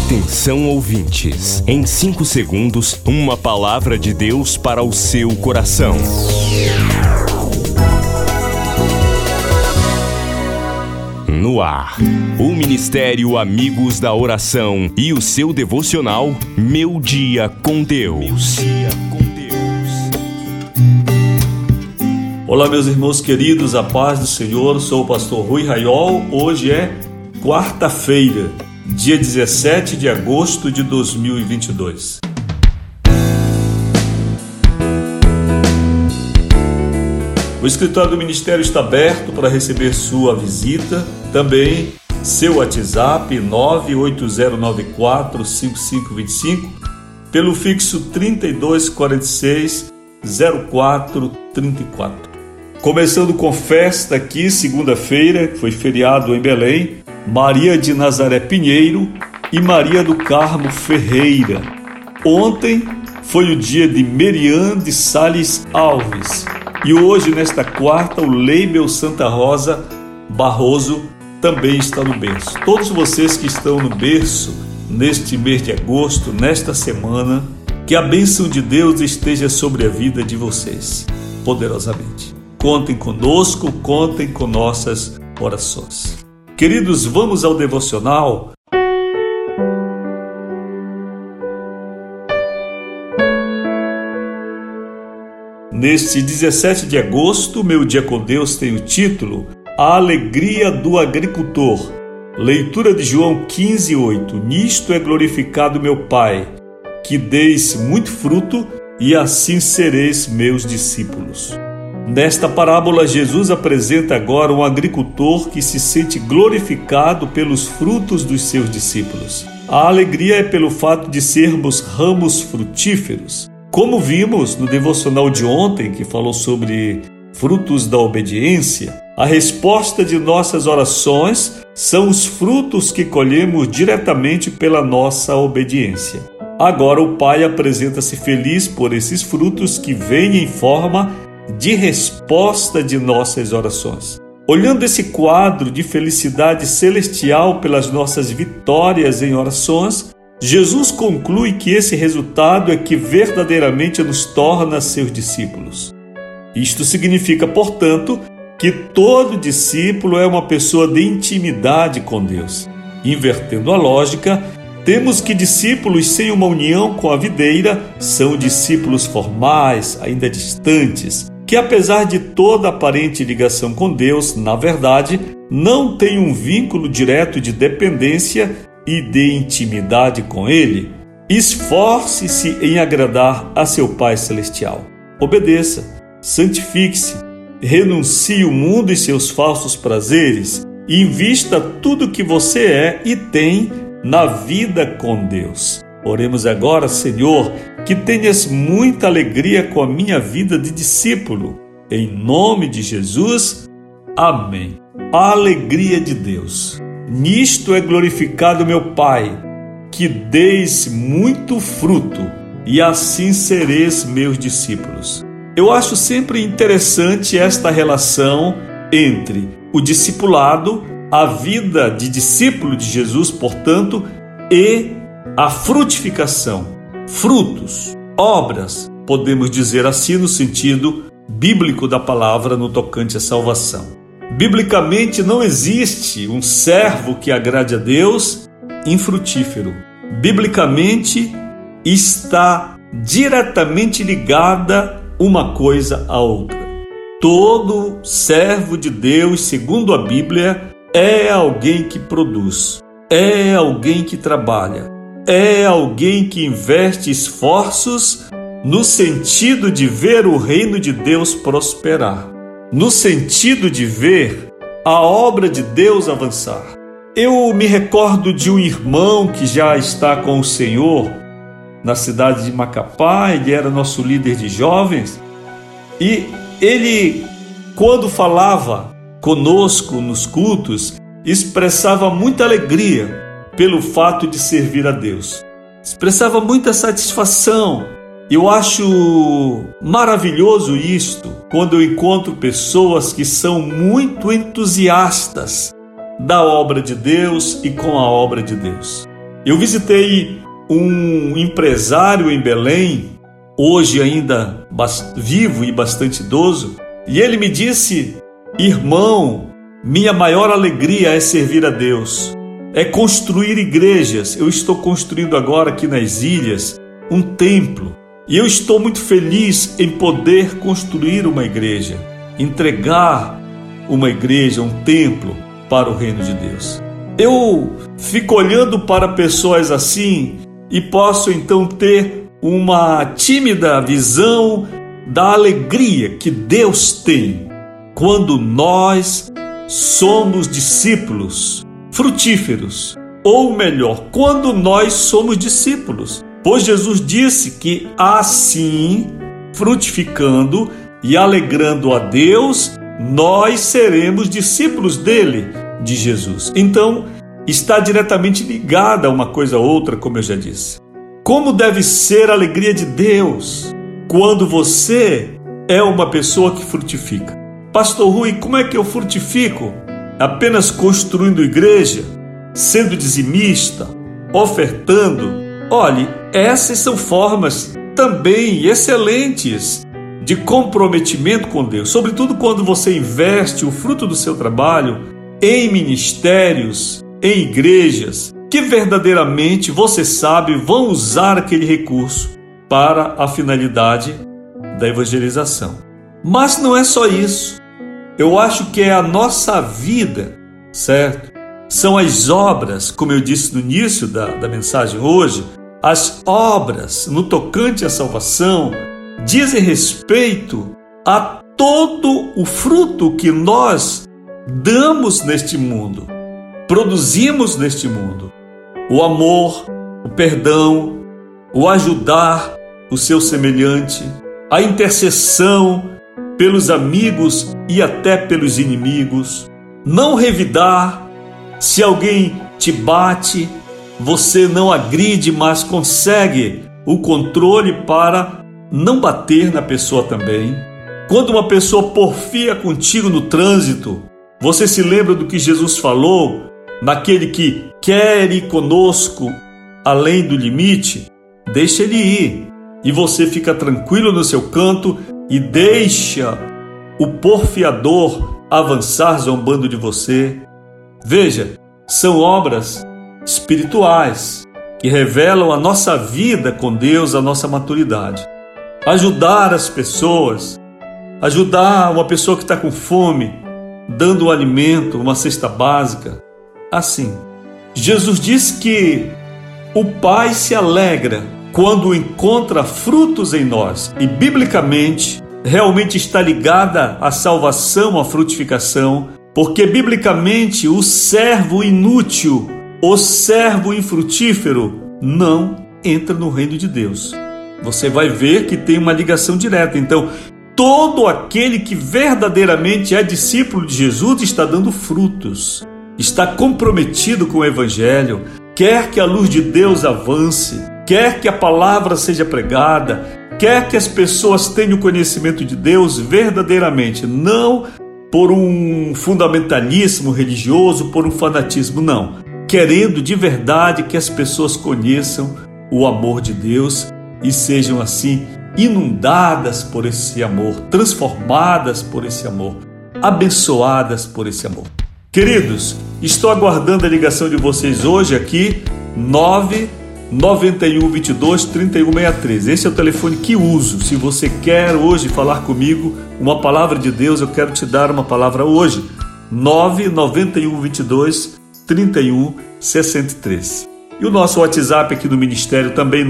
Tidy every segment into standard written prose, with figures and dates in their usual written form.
Atenção, ouvintes. Em 5 segundos, uma palavra de Deus para o seu coração. No ar, o Ministério Amigos da Oração e o seu devocional Meu Dia com Deus. Olá, meus irmãos queridos, a paz do Senhor. Sou o pastor Rui Raiol. Hoje é quarta-feira, dia 17 de agosto de 2022. O escritório do Ministério está aberto para receber sua visita. Também seu WhatsApp 980945525 pelo fixo 3246-0434. Começando com festa aqui, segunda-feira, que foi feriado em Belém, Maria de Nazaré Pinheiro e Maria do Carmo Ferreira. Ontem foi o dia de Merian de Sales Alves. E hoje, nesta quarta, o Leibel Santa Rosa Barroso também está no berço. Todos vocês que estão no berço neste mês de agosto, nesta semana, que a bênção de Deus esteja sobre a vida de vocês, poderosamente. Contem conosco, contem com nossas orações. Queridos, vamos ao devocional. Neste 17 de agosto, Meu Dia com Deus tem o título A Alegria do Agricultor. Leitura de João 15:8. Nisto é glorificado meu Pai, que deis muito fruto, e assim sereis meus discípulos. Nesta parábola, Jesus apresenta agora um agricultor que se sente glorificado pelos frutos dos seus discípulos. A alegria é pelo fato de sermos ramos frutíferos. Como vimos no devocional de ontem, que falou sobre frutos da obediência, a resposta de nossas orações são os frutos que colhemos diretamente pela nossa obediência. Agora o Pai apresenta-se feliz por esses frutos que vêm em forma de resposta de nossas orações. Olhando esse quadro de felicidade celestial pelas nossas vitórias em orações, Jesus conclui que esse resultado é que verdadeiramente nos torna seus discípulos. Isto significa, portanto, que todo discípulo é uma pessoa de intimidade com Deus. Invertendo a lógica, temos que discípulos sem uma união com a videira são discípulos formais, ainda distantes, que apesar de toda aparente ligação com Deus, na verdade, não têm um vínculo direto de dependência e de intimidade com Ele. Esforce-se em agradar a seu Pai Celestial. Obedeça, santifique-se, renuncie o mundo e seus falsos prazeres e invista tudo o que você é e tem na vida com Deus. Oremos agora, Senhor, que tenhas muita alegria com a minha vida de discípulo. Em nome de Jesus, amém. A alegria de Deus. Nisto é glorificado meu Pai, que deis muito fruto, e assim sereis meus discípulos. Eu acho sempre interessante esta relação entre o discipulado, a vida de discípulo de Jesus, portanto, e a frutificação, frutos, obras, podemos dizer assim no sentido bíblico da palavra no tocante à salvação. Biblicamente não existe um servo que agrade a Deus infrutífero. Biblicamente está diretamente ligada uma coisa à outra. Todo servo de Deus, segundo a Bíblia, é alguém que produz, é alguém que trabalha, é alguém que investe esforços no sentido de ver o reino de Deus prosperar, no sentido de ver a obra de Deus avançar. Eu me recordo de um irmão que já está com o Senhor na cidade de Macapá. Ele era nosso líder de jovens e ele, quando falava conosco nos cultos, expressava muita alegria pelo fato de servir a Deus. Expressava muita satisfação. Eu acho maravilhoso isto, quando eu encontro pessoas que são muito entusiastas da obra de Deus e com a obra de Deus. Eu visitei um empresário em Belém, hoje ainda vivo e bastante idoso, e ele me disse: irmão, minha maior alegria é servir a Deus, é construir igrejas. Eu estou construindo agora aqui nas ilhas um templo, e eu estou muito feliz em poder construir uma igreja, entregar uma igreja, um templo para o reino de Deus. Eu fico olhando para pessoas assim e posso então ter uma tímida visão da alegria que Deus tem quando nós somos discípulos frutíferos, ou melhor, quando nós somos discípulos. Pois Jesus disse que assim, frutificando e alegrando a Deus, nós seremos discípulos dele, de Jesus. Então, está diretamente ligada a uma coisa ou outra, como eu já disse. Como deve ser a alegria de Deus quando você é uma pessoa que frutifica? Pastor Rui, como é que eu frutifico? Apenas construindo igreja? Sendo dizimista? Ofertando? Olhe, essas são formas também excelentes de comprometimento com Deus, sobretudo quando você investe o fruto do seu trabalho em ministérios, em igrejas, que verdadeiramente você sabe vão usar aquele recurso para a finalidade da evangelização. Mas não é só isso. Eu acho que é a nossa vida, certo? São as obras, como eu disse no início da mensagem hoje, as obras no tocante à salvação dizem respeito a todo o fruto que nós damos neste mundo, produzimos neste mundo. O amor, o perdão, o ajudar o seu semelhante, a intercessão pelos amigos e até pelos inimigos, não revidar. Se alguém te bate, você não agride, mas consegue o controle para não bater na pessoa também. Quando uma pessoa porfia contigo no trânsito, você se lembra do que Jesus falou, naquele que quer ir conosco além do limite? Deixa ele ir, e você fica tranquilo no seu canto e deixa o porfiador avançar zombando de você. Veja, são obras espirituais que revelam a nossa vida com Deus, a nossa maturidade. Ajudar as pessoas, ajudar uma pessoa que está com fome, dando um alimento, uma cesta básica. Assim, Jesus disse que o Pai se alegra quando encontra frutos em nós. E biblicamente, realmente está ligada à salvação, à frutificação, porque biblicamente o servo inútil, o servo infrutífero, não entra no reino de Deus. Você vai ver que tem uma ligação direta. Então, todo aquele que verdadeiramente é discípulo de Jesus está dando frutos, está comprometido com o Evangelho, quer que a luz de Deus avance, quer que a palavra seja pregada, quer que as pessoas tenham conhecimento de Deus verdadeiramente, não por um fundamentalismo religioso, por um fanatismo, não. Querendo de verdade que as pessoas conheçam o amor de Deus e sejam assim inundadas por esse amor, transformadas por esse amor, abençoadas por esse amor. Queridos, estou aguardando a ligação de vocês hoje aqui, 991223163. Esse é o telefone que uso. Se você quer hoje falar comigo uma palavra de Deus, eu quero te dar uma palavra hoje. 991223163. E o nosso WhatsApp aqui do Ministério também,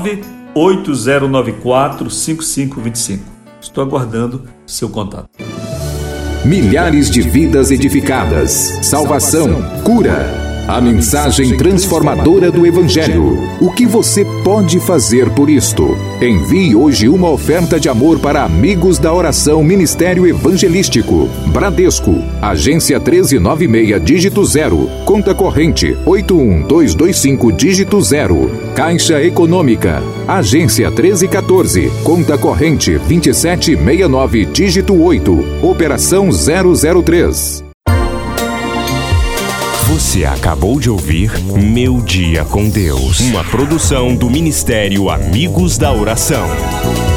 980945525. Estou aguardando seu contato. Milhares de vidas edificadas, salvação, cura. A mensagem transformadora do Evangelho. O que você pode fazer por isto? Envie hoje uma oferta de amor para Amigos da Oração Ministério Evangelístico. Bradesco, agência 1396, dígito 0. Conta corrente 81225, dígito 0. Caixa Econômica, agência 1314. Conta corrente 2769, dígito 8. Operação 003. Você acabou de ouvir Meu Dia com Deus, uma produção do Ministério Amigos da Oração.